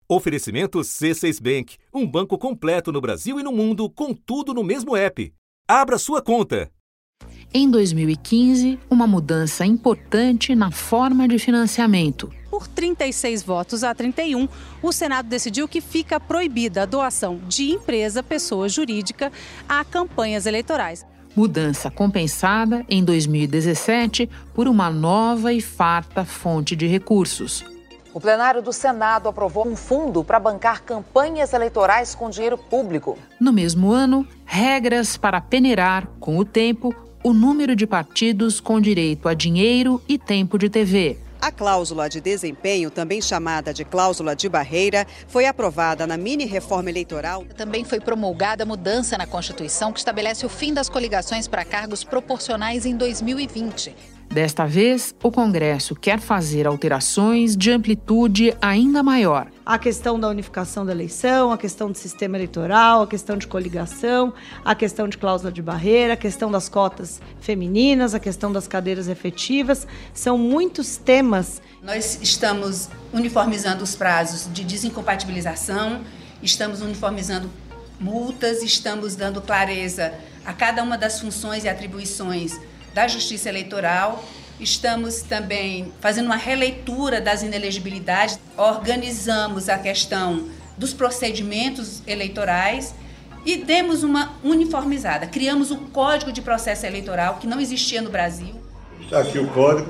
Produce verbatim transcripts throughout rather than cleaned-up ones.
Oferecimento C seis Bank, um banco completo no Brasil e no mundo, com tudo no mesmo app. Abra sua conta. Em dois mil e quinze, uma mudança importante na forma de financiamento. Por trinta e seis votos a trinta e um, o Senado decidiu que fica proibida a doação de empresa, pessoa jurídica, a campanhas eleitorais. Mudança compensada em dois mil e dezessete por uma nova e farta fonte de recursos. O plenário do Senado aprovou um fundo para bancar campanhas eleitorais com dinheiro público. No mesmo ano, regras para peneirar, com o tempo, o número de partidos com direito a dinheiro e tempo de T V. A cláusula de desempenho, também chamada de cláusula de barreira, foi aprovada na mini-reforma eleitoral. Também foi promulgada a mudança na Constituição que estabelece o fim das coligações para cargos proporcionais em dois mil e vinte. Desta vez, o Congresso quer fazer alterações de amplitude ainda maior. A questão da unificação da eleição, a questão do sistema eleitoral, a questão de coligação, a questão de cláusula de barreira, a questão das cotas femininas, a questão das cadeiras efetivas. São muitos temas. Nós estamos uniformizando os prazos de desincompatibilização, estamos uniformizando multas, estamos dando clareza a cada uma das funções e atribuições da Justiça Eleitoral. Estamos também fazendo uma releitura das inelegibilidades, organizamos a questão dos procedimentos eleitorais e demos uma uniformizada. Criamos o Código de Processo Eleitoral, que não existia no Brasil. Está aqui o código,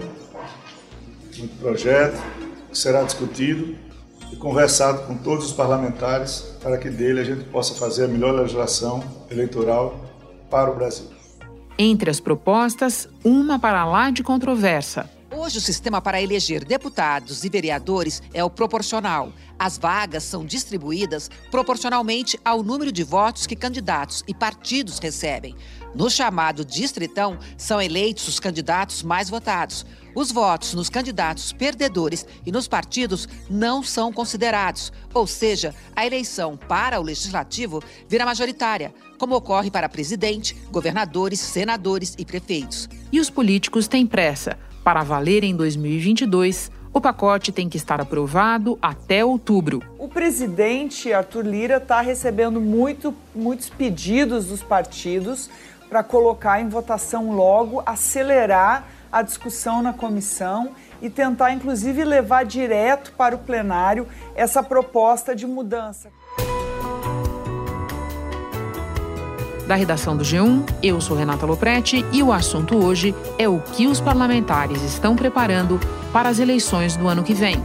um projeto que será discutido e conversado com todos os parlamentares para que dele a gente possa fazer a melhor legislação eleitoral para o Brasil. Entre as propostas, uma para lá de controvérsia. Hoje o sistema para eleger deputados e vereadores é o proporcional. As vagas são distribuídas proporcionalmente ao número de votos que candidatos e partidos recebem. No chamado distritão, são eleitos os candidatos mais votados. Os votos nos candidatos perdedores e nos partidos não são considerados. Ou seja, a eleição para o legislativo vira majoritária, como ocorre para presidente, governadores, senadores e prefeitos. E os políticos têm pressa. Para valer em dois mil e vinte e dois, o pacote tem que estar aprovado até outubro. O presidente Arthur Lira está recebendo muito, muitos pedidos dos partidos para colocar em votação logo, acelerar a discussão na comissão e tentar, inclusive, levar direto para o plenário essa proposta de mudança. Da redação do G um, eu sou Renata Lopretti e o assunto hoje é o que os parlamentares estão preparando para as eleições do ano que vem.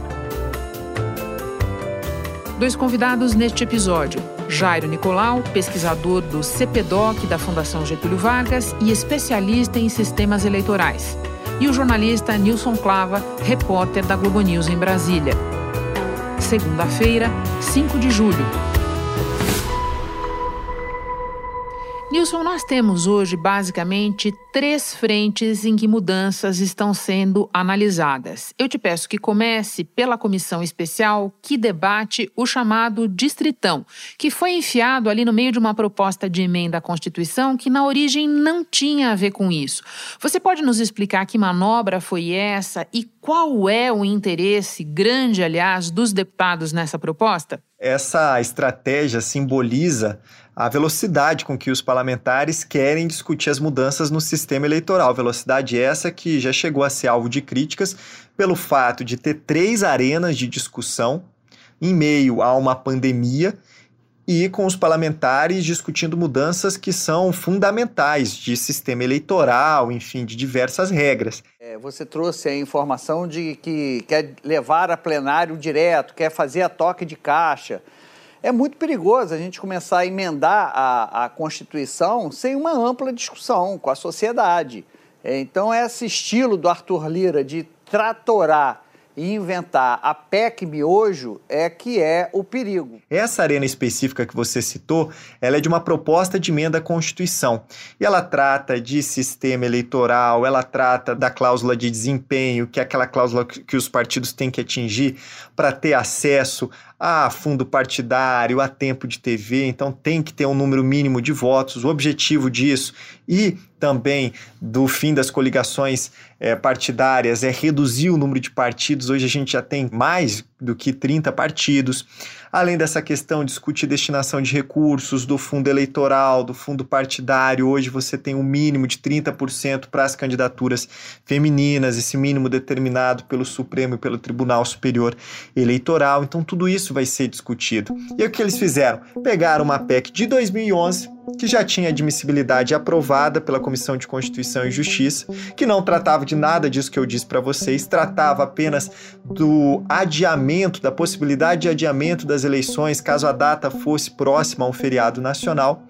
Dois convidados neste episódio: Jairo Nicolau, pesquisador do CEPEDOC da Fundação Getúlio Vargas e especialista em sistemas eleitorais, e o jornalista Nilson Clava, repórter da Globo News em Brasília. Segunda-feira, cinco de julho. Nilson, nós temos hoje basicamente três frentes em que mudanças estão sendo analisadas. Eu te peço que comece pela comissão especial que debate o chamado distritão, que foi enfiado ali no meio de uma proposta de emenda à Constituição que na origem não tinha a ver com isso. Você pode nos explicar que manobra foi essa e qual é o interesse grande, aliás, dos deputados nessa proposta? Essa estratégia simboliza a velocidade com que os parlamentares querem discutir as mudanças no sistema eleitoral. Velocidade essa que já chegou a ser alvo de críticas pelo fato de ter três arenas de discussão em meio a uma pandemia e com os parlamentares discutindo mudanças que são fundamentais de sistema eleitoral, enfim, de diversas regras. É, você trouxe a informação de que quer levar a plenário direto, quer fazer a toque de caixa. É muito perigoso a gente começar a emendar a, a Constituição sem uma ampla discussão com a sociedade. É, então, esse estilo do Arthur Lira de tratorar e inventar a P E C miojo é que é o perigo. Essa arena específica que você citou, ela é de uma proposta de emenda à Constituição. E ela trata de sistema eleitoral, ela trata da cláusula de desempenho, que é aquela cláusula que os partidos têm que atingir para ter acesso a fundo partidário, a tempo de T V, então tem que ter um número mínimo de votos. O objetivo disso e também do fim das coligações é, partidárias é reduzir o número de partidos. Hoje a gente já tem mais do que trinta partidos. Além dessa questão, discute destinação de recursos do fundo eleitoral, do fundo partidário. Hoje você tem um mínimo de trinta por cento para as candidaturas femininas, esse mínimo determinado pelo Supremo e pelo Tribunal Superior Eleitoral. Então tudo isso vai ser discutido. E o que eles fizeram? Pegaram uma P E C de dois mil e onze, que já tinha admissibilidade aprovada pela Comissão de Constituição e Justiça, que não tratava de nada disso que eu disse para vocês, tratava apenas do adiamento, da possibilidade de adiamento das eleições, caso a data fosse próxima a um feriado nacional,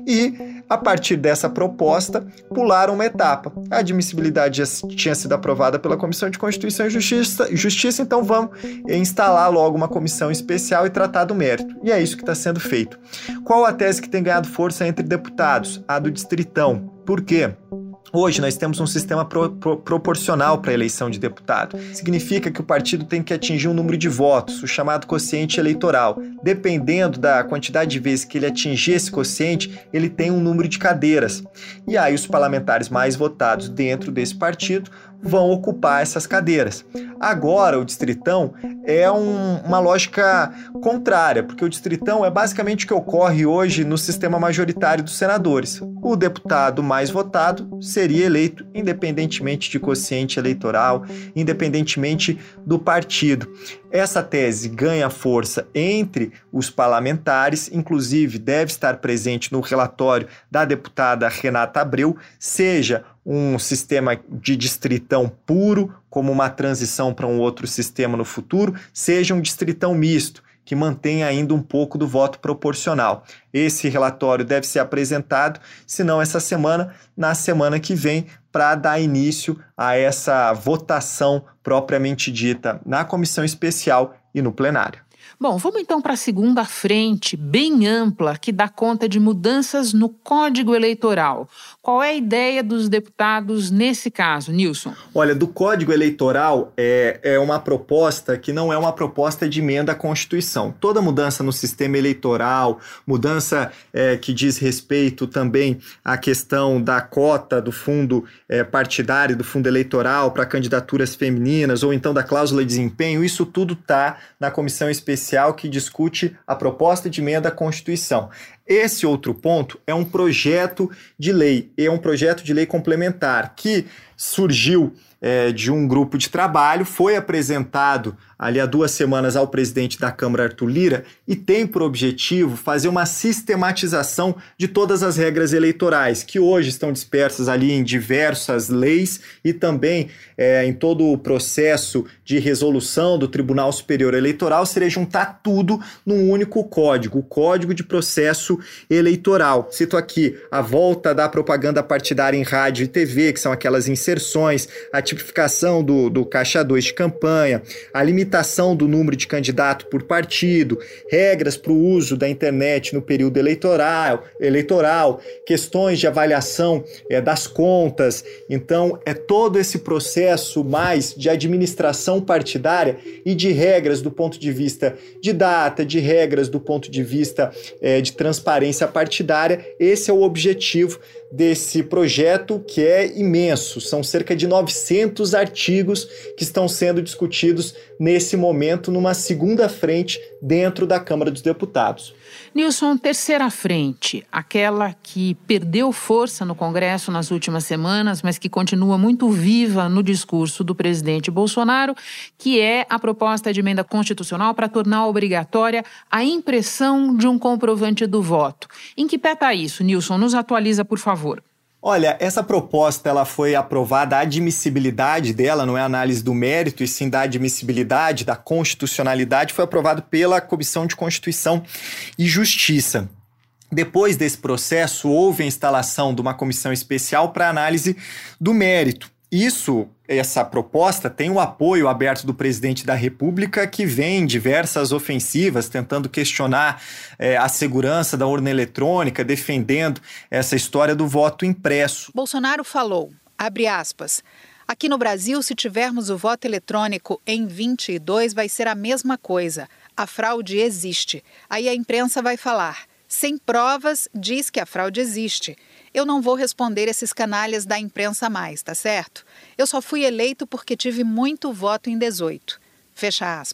e a partir dessa proposta, pularam uma etapa. A admissibilidade já tinha sido aprovada pela Comissão de Constituição e Justiça, Justiça, então vamos instalar logo uma comissão especial e tratar do mérito. E é isso que está sendo feito. Qual a tese que tem ganhado força entre deputados? A do distritão. Por quê? Hoje nós temos um sistema pro, pro, proporcional para a eleição de deputado. Significa que o partido tem que atingir um número de votos, o chamado quociente eleitoral. Dependendo da quantidade de vezes que ele atingir esse quociente, ele tem um número de cadeiras. E aí os parlamentares mais votados dentro desse partido vão ocupar essas cadeiras. Agora, o distritão é um, uma lógica contrária, porque o distritão é basicamente o que ocorre hoje no sistema majoritário dos senadores. O deputado mais votado seria eleito independentemente de quociente eleitoral, independentemente do partido. Essa tese ganha força entre os parlamentares, inclusive deve estar presente no relatório da deputada Renata Abreu, seja um sistema de distritão puro, como uma transição para um outro sistema no futuro, seja um distritão misto, que mantém ainda um pouco do voto proporcional. Esse relatório deve ser apresentado, se não essa semana, na semana que vem, para dar início a essa votação propriamente dita na comissão especial e no plenário. Bom, vamos então para a segunda frente, bem ampla, que dá conta de mudanças no Código Eleitoral. Qual é a ideia dos deputados nesse caso, Nilson? Olha, do Código Eleitoral é, é uma proposta que não é uma proposta de emenda à Constituição. Toda mudança no sistema eleitoral, mudança é, que diz respeito também à questão da cota do fundo é, partidário, do fundo eleitoral para candidaturas femininas, ou então da cláusula de desempenho, isso tudo está na comissão especial que discute a proposta de emenda à Constituição. Esse outro ponto é um projeto de lei, é um projeto de lei complementar que surgiu é, de um grupo de trabalho, foi apresentado ali há duas semanas ao presidente da Câmara, Arthur Lira, e tem por objetivo fazer uma sistematização de todas as regras eleitorais, que hoje estão dispersas ali em diversas leis e também é, em todo o processo de resolução do Tribunal Superior Eleitoral, seria juntar tudo num único código, o Código de Processo Eleitoral. Cito aqui a volta da propaganda partidária em rádio e T V, que são aquelas inserções, a tipificação do, do caixa dois de campanha, a limitação do número de candidato por partido, regras para o uso da internet no período eleitoral, eleitoral questões de avaliação é, das contas. Então, é todo esse processo mais de administração partidária e de regras do ponto de vista de data, de regras do ponto de vista é, de transparência partidária. Esse é o objetivo desse projeto, que é imenso. São cerca de novecentos artigos que estão sendo discutidos nesse momento numa segunda frente dentro da Câmara dos Deputados. Nilson, terceira frente, aquela que perdeu força no Congresso nas últimas semanas, mas que continua muito viva no discurso do presidente Bolsonaro, que é a proposta de emenda constitucional para tornar obrigatória a impressão de um comprovante do voto. Em que pé está isso, Nilson? Nos atualiza, por favor. Olha, essa proposta ela foi aprovada, a admissibilidade dela, não é análise do mérito, e sim da admissibilidade, da constitucionalidade, foi aprovada pela Comissão de Constituição e Justiça. Depois desse processo, houve a instalação de uma comissão especial para análise do mérito. Isso, essa proposta tem o apoio aberto do presidente da República, que vem em diversas ofensivas, tentando questionar é, a segurança da urna eletrônica, defendendo essa história do voto impresso. Bolsonaro falou, abre aspas, aqui no Brasil, se tivermos o voto eletrônico em vinte e dois, vai ser a mesma coisa. A fraude existe. Aí a imprensa vai falar, sem provas, diz que a fraude existe. Eu não vou responder esses canalhas da imprensa mais, tá certo? Eu só fui eleito porque tive muito voto em dezoito. Fecha aspas.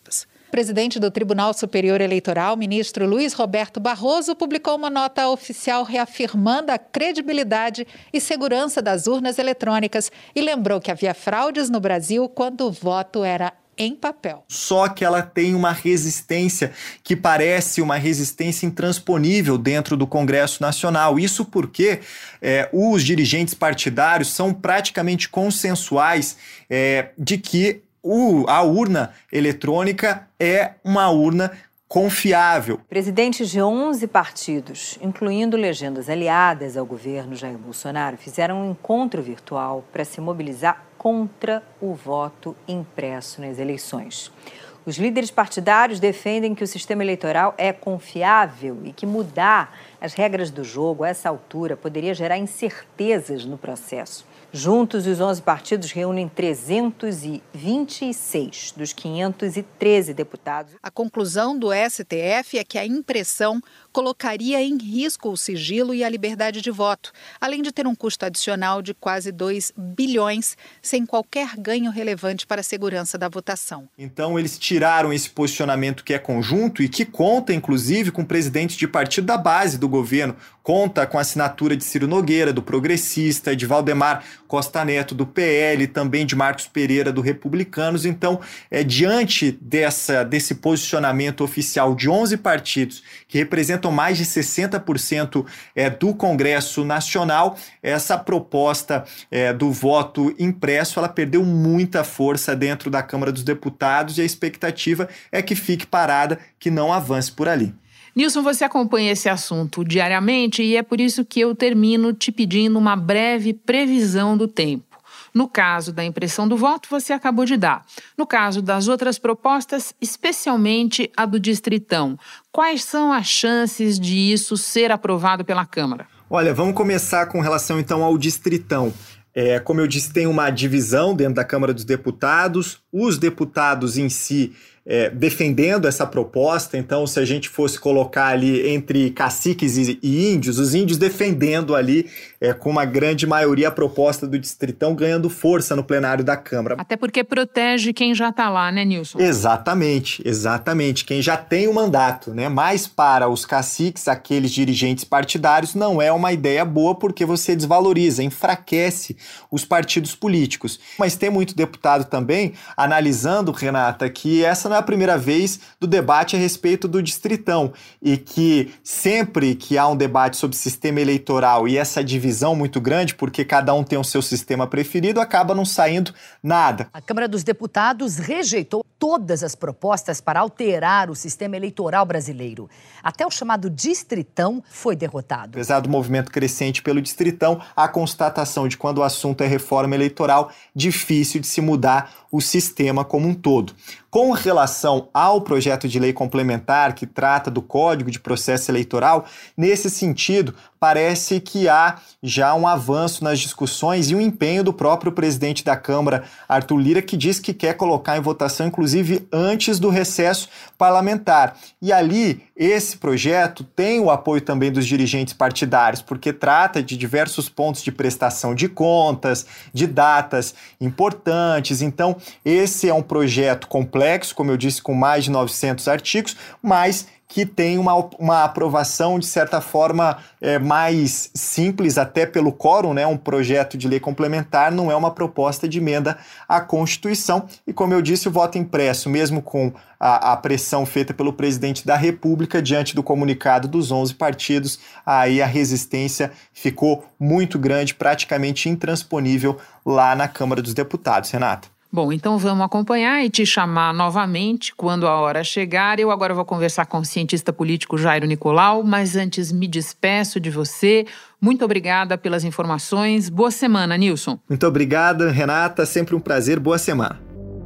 O presidente do Tribunal Superior Eleitoral, ministro Luiz Roberto Barroso, publicou uma nota oficial reafirmando a credibilidade e segurança das urnas eletrônicas e lembrou que havia fraudes no Brasil quando o voto era em papel. Só que ela tem uma resistência que parece uma resistência intransponível dentro do Congresso Nacional. Isso porque é, os dirigentes partidários são praticamente consensuais é, de que o, a urna eletrônica é uma urna confiável. Presidentes de onze partidos, incluindo legendas aliadas ao governo Jair Bolsonaro, fizeram um encontro virtual para se mobilizar contra o voto impresso nas eleições. Os líderes partidários defendem que o sistema eleitoral é confiável e que mudar as regras do jogo a essa altura poderia gerar incertezas no processo. Juntos, os onze partidos reúnem trezentos e vinte e seis dos quinhentos e treze deputados. A conclusão do S T F é que a impressão colocaria em risco o sigilo e a liberdade de voto, além de ter um custo adicional de quase dois bilhões, sem qualquer ganho relevante para a segurança da votação. Então, eles tiraram esse posicionamento que é conjunto e que conta, inclusive, com presidentes de partido da base do governo. Conta com a assinatura de Ciro Nogueira, do Progressista, de Valdemar Costa Neto, do P L, também de Marcos Pereira, do Republicanos. Então, é, diante dessa, desse posicionamento oficial de onze partidos, que representam mais de sessenta por cento é, do Congresso Nacional, essa proposta é, do voto impresso, ela perdeu muita força dentro da Câmara dos Deputados e a expectativa é que fique parada, que não avance por ali. Nilson, você acompanha esse assunto diariamente e é por isso que eu termino te pedindo uma breve previsão do tempo. No caso da impressão do voto, você acabou de dar. No caso das outras propostas, especialmente a do Distritão, quais são as chances de isso ser aprovado pela Câmara? Olha, vamos começar com relação então ao Distritão. É, como eu disse, tem uma divisão dentro da Câmara dos Deputados, os deputados em si é, defendendo essa proposta. Então, se a gente fosse colocar ali entre caciques e, e índios, os índios defendendo ali é, com uma grande maioria a proposta do Distritão, ganhando força no plenário da Câmara. Até porque protege quem já está lá, né, Nilson? Exatamente, exatamente. Quem já tem o mandato, né? Mas para os caciques, aqueles dirigentes partidários, não é uma ideia boa porque você desvaloriza, enfraquece os partidos políticos. Mas tem muito deputado também analisando, Renata, que essa não é a primeira vez do debate a respeito do Distritão e que sempre que há um debate sobre sistema eleitoral e essa divisão muito grande, porque cada um tem o seu sistema preferido, acaba não saindo nada. A Câmara dos Deputados rejeitou todas as propostas para alterar o sistema eleitoral brasileiro. Até o chamado Distritão foi derrotado. Apesar do movimento crescente pelo Distritão, a constatação de quando o assunto é reforma eleitoral, difícil de se mudar o sistema como um todo. Com relação ao projeto de lei complementar que trata do Código de Processo Eleitoral, nesse sentido, parece que há já um avanço nas discussões e um empenho do próprio presidente da Câmara, Arthur Lira, que diz que quer colocar em votação, inclusive, antes do recesso parlamentar. E ali, esse projeto tem o apoio também dos dirigentes partidários, porque trata de diversos pontos de prestação de contas, de datas importantes. Então, esse é um projeto complexo, como eu disse, com mais de novecentos artigos, mas que tem uma, uma aprovação, de certa forma, é, mais simples, até pelo quórum, né? Um projeto de lei complementar não é uma proposta de emenda à Constituição. E, como eu disse, o voto impresso, mesmo com a, a pressão feita pelo presidente da República, diante do comunicado dos onze partidos, aí a resistência ficou muito grande, praticamente intransponível lá na Câmara dos Deputados. Renata. Bom, então vamos acompanhar e te chamar novamente quando a hora chegar. Eu agora vou conversar com o cientista político Jairo Nicolau, mas antes me despeço de você. Muito obrigada pelas informações. Boa semana, Nilson. Muito obrigada, Renata. Sempre um prazer. Boa semana.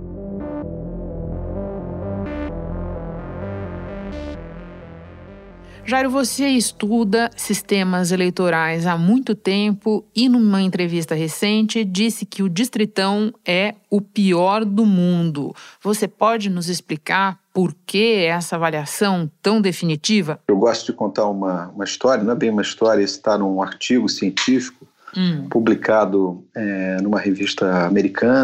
Jairo, você estuda sistemas eleitorais há muito tempo e numa entrevista recente disse que o Distritão é o pior do mundo. Você pode nos explicar por que essa avaliação tão definitiva? Eu gosto de contar uma, uma história, não é bem uma história, isso está num artigo científico hum. publicado é, numa revista americana,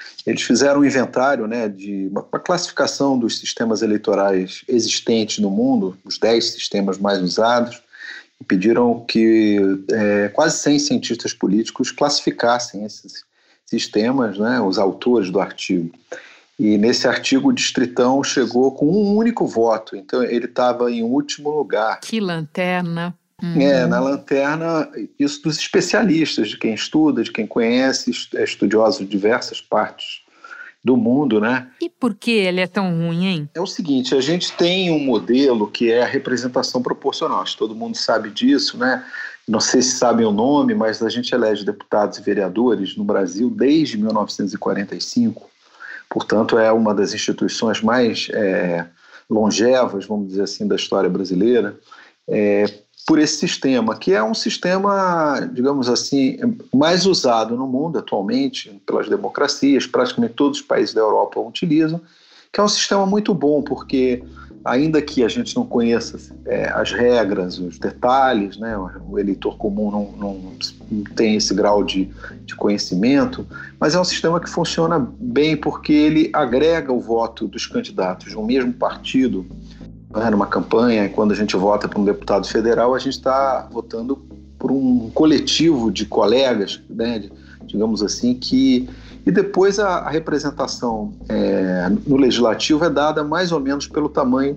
eles fizeram um inventário, né, de uma, uma classificação dos sistemas eleitorais existentes no mundo, os dez sistemas mais usados, e pediram que é, quase cem cientistas políticos classificassem esses sistemas, né, os autores do artigo. E nesse artigo o Distritão chegou com um único voto, então ele estava em último lugar. Que lanterna! Uhum. É, na lanterna, isso dos especialistas, de quem estuda, de quem conhece, é estudioso de diversas partes do mundo, né? E por que ele é tão ruim, hein? É o seguinte, a gente tem um modelo que é a representação proporcional, acho que todo mundo sabe disso, né? Não sei se sabem o nome, mas a gente elege deputados e vereadores no Brasil desde mil novecentos e quarenta e cinco, portanto é uma das instituições mais é, longevas, vamos dizer assim, da história brasileira, é, por esse sistema, que é um sistema, digamos assim, mais usado no mundo atualmente, pelas democracias, praticamente todos os países da Europa o utilizam, que é um sistema muito bom, porque ainda que a gente não conheça é, as regras, os detalhes, né, o eleitor comum não, não, não tem esse grau de, de conhecimento, mas é um sistema que funciona bem porque ele agrega o voto dos candidatos de um mesmo partido, né, numa campanha. E quando a gente vota para um deputado federal, a gente está votando por um coletivo de colegas, né, de, digamos assim, que... E depois a, a representação é, no legislativo é dada mais ou menos pelo tamanho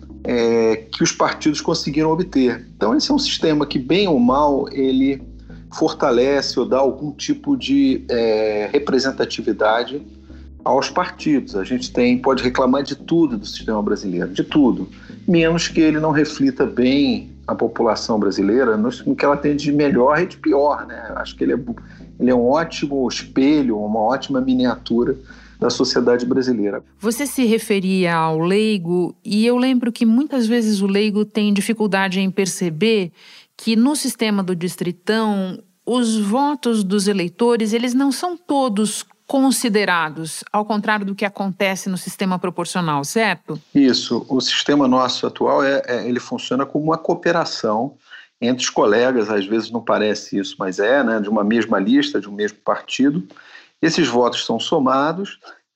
é, que os partidos conseguiram obter. Então esse é um sistema que, bem ou mal, ele fortalece ou dá algum tipo de é, representatividade aos partidos. A gente tem, pode reclamar de tudo do sistema brasileiro, de tudo, menos que ele não reflita bem a população brasileira no, no que ela tem de melhor e de pior, né? Acho que ele é, ele é um ótimo espelho, uma ótima miniatura da sociedade brasileira. Você se referia ao leigo, e eu lembro que muitas vezes o leigo tem dificuldade em perceber que no sistema do Distritão os votos dos eleitores, eles não são todos considerados, ao contrário do que acontece no sistema proporcional, certo? Isso. O sistema nosso atual, é, é, ele funciona como uma cooperação entre os colegas, às vezes não parece isso, mas é, né, de uma mesma lista, de um mesmo partido. Esses votos são somados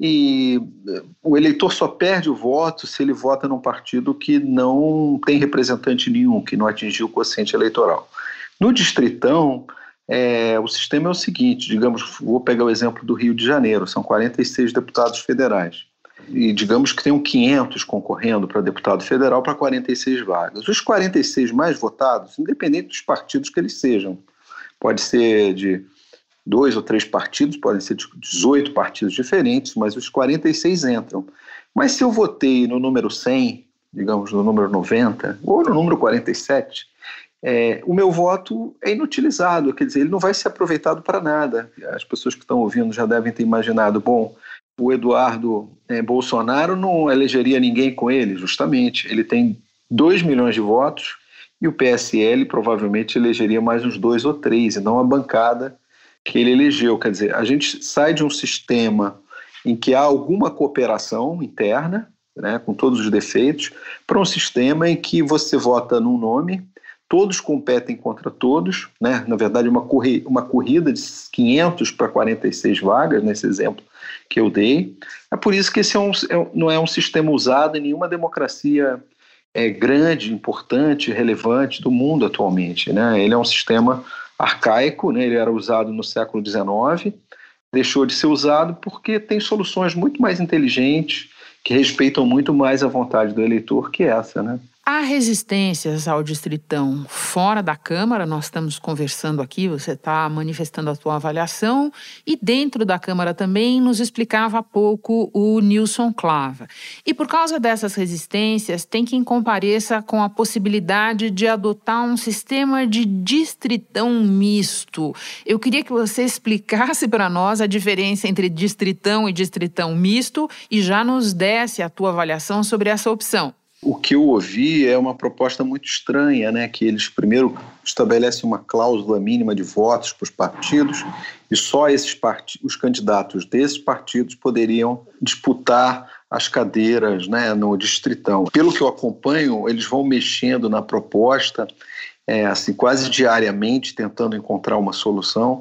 e o eleitor só perde o voto se ele vota num partido que não tem representante nenhum, que não atingiu o quociente eleitoral. No Distritão, É, o sistema é o seguinte, digamos, vou pegar o exemplo do Rio de Janeiro, são quarenta e seis deputados federais, e digamos que tenham quinhentos concorrendo para deputado federal para quarenta e seis vagas. Os quarenta e seis mais votados, independente dos partidos que eles sejam, pode ser de dois ou três partidos, podem ser de dezoito partidos diferentes, mas os quarenta e seis entram. Mas se eu votei no número cem, digamos no número noventa, ou no número quarenta e sete, É, o meu voto é inutilizado, quer dizer, ele não vai ser aproveitado para nada. As pessoas que estão ouvindo já devem ter imaginado, bom, o Eduardo é, Bolsonaro não elegeria ninguém com ele, justamente. Ele tem dois milhões de votos e o P S L provavelmente elegeria mais uns dois ou três, e não a bancada que ele elegeu. Quer dizer, a gente sai de um sistema em que há alguma cooperação interna, né, com todos os defeitos, para um sistema em que você vota num nome, todos competem contra todos, né? Na verdade, uma, corri- uma corrida de quinhentos para quarenta e seis vagas, nesse exemplo que eu dei. É por isso que esse é um, é, não é um sistema usado em nenhuma democracia é, grande, importante, relevante do mundo atualmente, né? Ele é um sistema arcaico, né? Ele era usado no século dezenove, deixou de ser usado porque tem soluções muito mais inteligentes, que respeitam muito mais a vontade do eleitor que essa, né? Há resistências ao Distritão fora da Câmara, nós estamos conversando aqui, você está manifestando a sua avaliação, e dentro da Câmara também nos explicava há pouco o Nilson Clava. E por causa dessas resistências, tem quem compareça com a possibilidade de adotar um sistema de distritão misto. Eu queria que você explicasse para nós a diferença entre distritão e distritão misto e já nos desse a tua avaliação sobre essa opção. O que eu ouvi é uma proposta muito estranha, né? Que eles primeiro estabelecem uma cláusula mínima de votos para os partidos e só esses part... os candidatos desses partidos poderiam disputar as cadeiras, né, no Distritão. Pelo que eu acompanho, eles vão mexendo na proposta, é, assim, quase diariamente, tentando encontrar uma solução.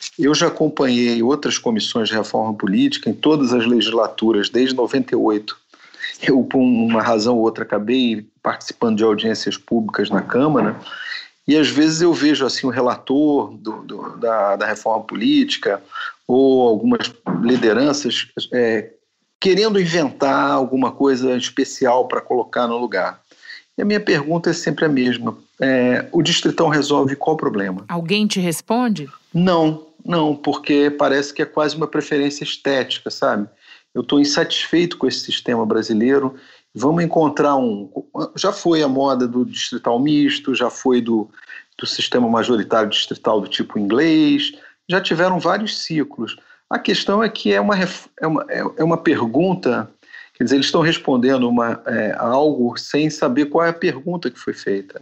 Eu já acompanhei outras comissões de reforma política em todas as legislaturas, desde noventa e oito. Eu, por uma razão ou outra, acabei participando de audiências públicas na Câmara, e às vezes eu vejo assim, o relator do, do, da, da reforma política ou algumas lideranças é, querendo inventar alguma coisa especial para colocar no lugar. E a minha pergunta é sempre a mesma. É, o Distritão resolve qual problema? Alguém te responde? Não, não, porque parece que é quase uma preferência estética, sabe? Eu estou insatisfeito com esse sistema brasileiro. Vamos encontrar um... Já foi a moda do distrital misto, já foi do, do sistema majoritário distrital do tipo inglês, já tiveram vários ciclos. A questão é que é uma, é uma, é uma pergunta, quer dizer, eles estão respondendo uma, é, algo sem saber qual é a pergunta que foi feita.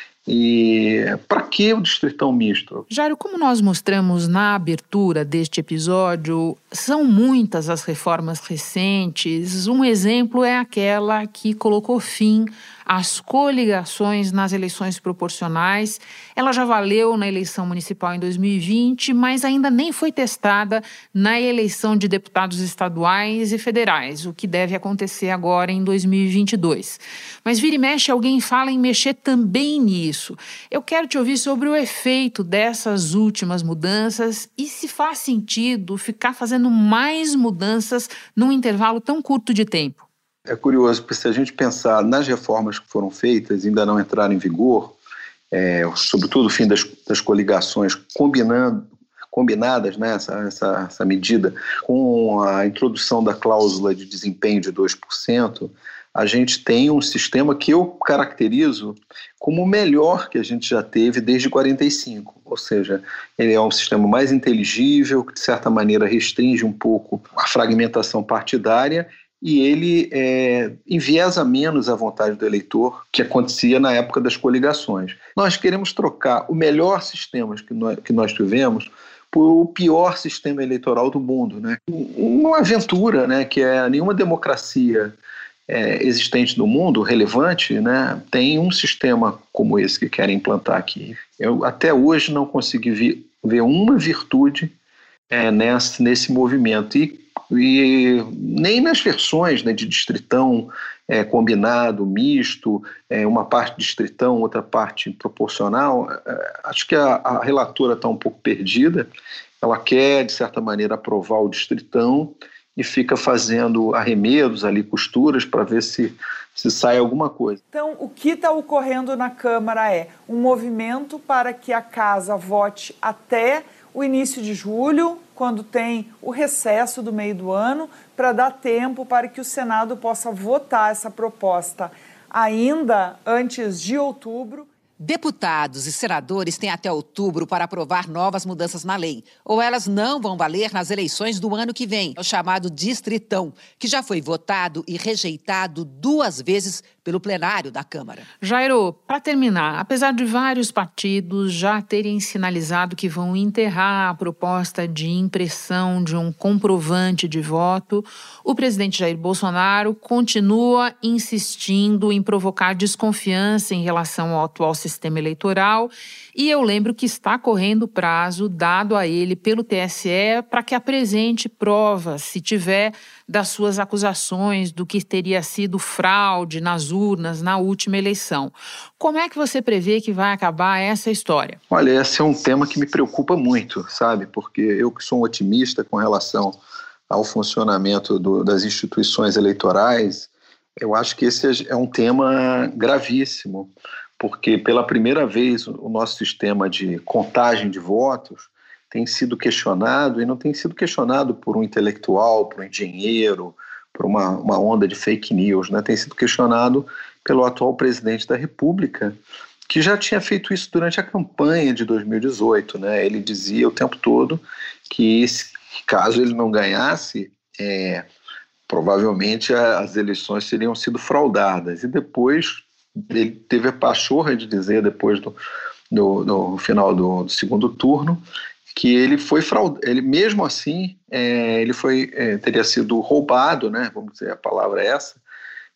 E para que o distritão misto? Jairo, como nós mostramos na abertura deste episódio, são muitas as reformas recentes. Um exemplo é aquela que colocou fim às coligações nas eleições proporcionais. Ela já valeu na eleição municipal em dois mil e vinte, mas ainda nem foi testada na eleição de deputados estaduais e federais, o que deve acontecer agora em dois mil e vinte e dois. Mas vira e mexe, alguém fala em mexer também nisso. Eu quero te ouvir sobre o efeito dessas últimas mudanças e se faz sentido ficar fazendo mais mudanças num intervalo tão curto de tempo. É curioso, porque se a gente pensar nas reformas que foram feitas e ainda não entraram em vigor, é, sobretudo o fim das, das coligações combinando, combinadas, né, essa, essa, essa medida, com a introdução da cláusula de desempenho de dois por cento, a gente tem um sistema que eu caracterizo como o melhor que a gente já teve desde quarenta e cinco. Ou seja, ele é um sistema mais inteligível, que de certa maneira restringe um pouco a fragmentação partidária e ele é, enviesa menos a vontade do eleitor, que acontecia na época das coligações. Nós queremos trocar o melhor sistema que nós, que nós tivemos por o pior sistema eleitoral do mundo, né? Uma aventura, né, que é nenhuma democracia é, existente no mundo, relevante, né, tem um sistema como esse que querem implantar aqui. Eu até hoje não consegui vi, ver uma virtude é, nesse, nesse movimento. E E nem nas versões, né, de distritão é, combinado, misto, é, uma parte distritão, outra parte proporcional, é, acho que a, a relatora está um pouco perdida. Ela quer, de certa maneira, aprovar o distritão e fica fazendo arremedos ali, costuras, para ver se, se sai alguma coisa. Então, o que está ocorrendo na Câmara é um movimento para que a Casa vote até o início de julho, quando tem o recesso do meio do ano, para dar tempo para que o Senado possa votar essa proposta ainda antes de outubro. Deputados e senadores têm até outubro para aprovar novas mudanças na lei, ou elas não vão valer nas eleições do ano que vem, o chamado distritão, que já foi votado e rejeitado duas vezes pelo plenário da Câmara. Jairo, para terminar, apesar de vários partidos já terem sinalizado que vão enterrar a proposta de impressão de um comprovante de voto, o presidente Jair Bolsonaro continua insistindo em provocar desconfiança em relação ao atual sistema eleitoral, e eu lembro que está correndo prazo dado a ele pelo T S E para que apresente provas, se tiver, das suas acusações do que teria sido fraude nas urnas na última eleição. Como é que você prevê que vai acabar essa história? Olha, esse é um tema que me preocupa muito, sabe? Porque eu que sou um otimista com relação ao funcionamento do, das instituições eleitorais, eu acho que esse é um tema gravíssimo, porque pela primeira vez o nosso sistema de contagem de votos tem sido questionado, e não tem sido questionado por um intelectual, por um engenheiro, por uma, uma onda de fake news, né? Tem sido questionado pelo atual presidente da República, que já tinha feito isso durante a campanha de dois mil e dezoito. Né? Ele dizia o tempo todo que, caso ele não ganhasse, é, provavelmente as eleições teriam sido fraudadas. E depois ele teve a pachorra de dizer, depois do, do, do final do, do segundo turno, que ele foi fraudado, ele mesmo assim, é, ele foi, é, teria sido roubado, né, vamos dizer, a palavra é essa,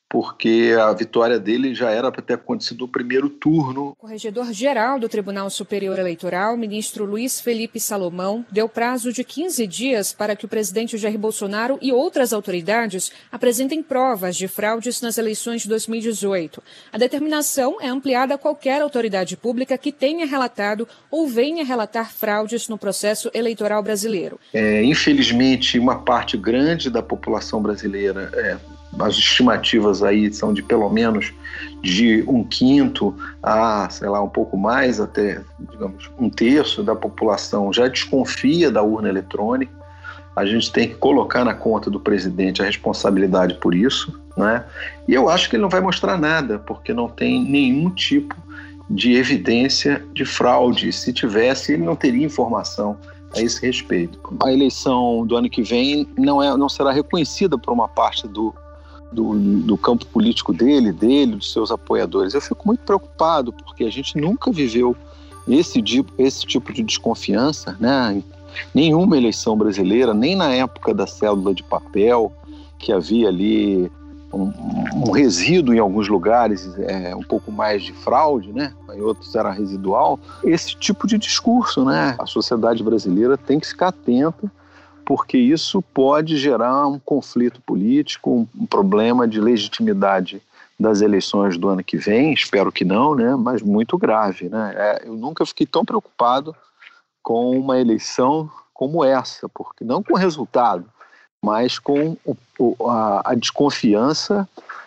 porque a vitória dele já era para ter acontecido no primeiro turno. O corregedor-geral do Tribunal Superior Eleitoral, ministro Luiz Felipe Salomão, deu prazo de quinze dias para que o presidente Jair Bolsonaro e outras autoridades apresentem provas de fraudes nas eleições de dois mil e dezoito. A determinação é ampliada a qualquer autoridade pública que tenha relatado ou venha relatar fraudes no processo eleitoral brasileiro. É, infelizmente, uma parte grande da população brasileira, é, as estimativas aí são de pelo menos de um quinto a, sei lá, um pouco mais, até, digamos, um terço da população já desconfia da urna eletrônica. A gente tem que colocar na conta do presidente a responsabilidade por isso, né? E eu acho que ele não vai mostrar nada, porque não tem nenhum tipo de evidência de fraude. Se tivesse, ele não teria informação a esse respeito. A eleição do ano que vem não, é, não será reconhecida por uma parte do Do, do campo político dele, dele, dos seus apoiadores. Eu fico muito preocupado, porque a gente nunca viveu esse, esse tipo de desconfiança, né? Nenhuma eleição brasileira, nem na época da cédula de papel, que havia ali um, um resíduo em alguns lugares, é, um pouco mais de fraude, né? Em outros era residual. Esse tipo de discurso, né? A sociedade brasileira tem que ficar atenta, porque isso pode gerar um conflito político, um, um problema de legitimidade das eleições do ano que vem, espero que não, né, mas muito grave, né? É, eu nunca fiquei tão preocupado com uma eleição como essa, porque não com o resultado, mas com o, o, a, a desconfiança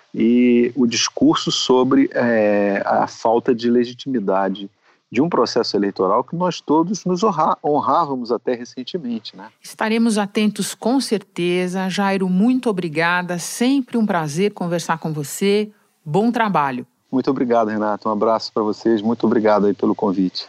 e o discurso sobre é, a falta de legitimidade de um processo eleitoral que nós todos nos honra, honrávamos até recentemente, né? Estaremos atentos com certeza. Jairo, muito obrigada. Sempre um prazer conversar com você. Bom trabalho. Muito obrigado, Renato. Um abraço para vocês. Muito obrigado aí pelo convite.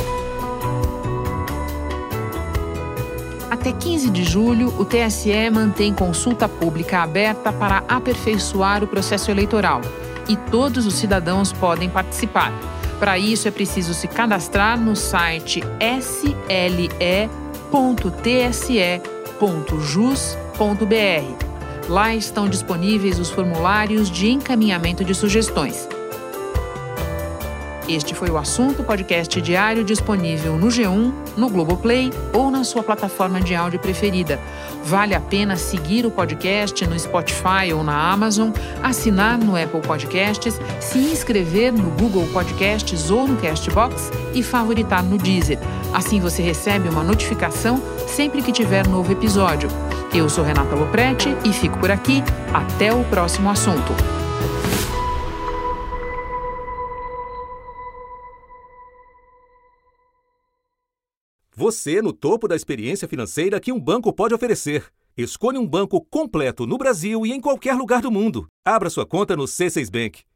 Até quinze de julho, o T S E mantém consulta pública aberta para aperfeiçoar o processo eleitoral e todos os cidadãos podem participar. Para isso, é preciso se cadastrar no site s l e ponto t s e ponto jus ponto b r. Lá estão disponíveis os formulários de encaminhamento de sugestões. Este foi o Assunto, podcast diário disponível no G um, no Globoplay ou na sua plataforma de áudio preferida. Vale a pena seguir o podcast no Spotify ou na Amazon, assinar no Apple Podcasts, se inscrever no Google Podcasts ou no Castbox e favoritar no Deezer. Assim você recebe uma notificação sempre que tiver novo episódio. Eu sou Renata Lopretti e fico por aqui. Até o próximo assunto. Você no topo da experiência financeira que um banco pode oferecer. Escolha um banco completo no Brasil e em qualquer lugar do mundo. Abra sua conta no C seis Bank.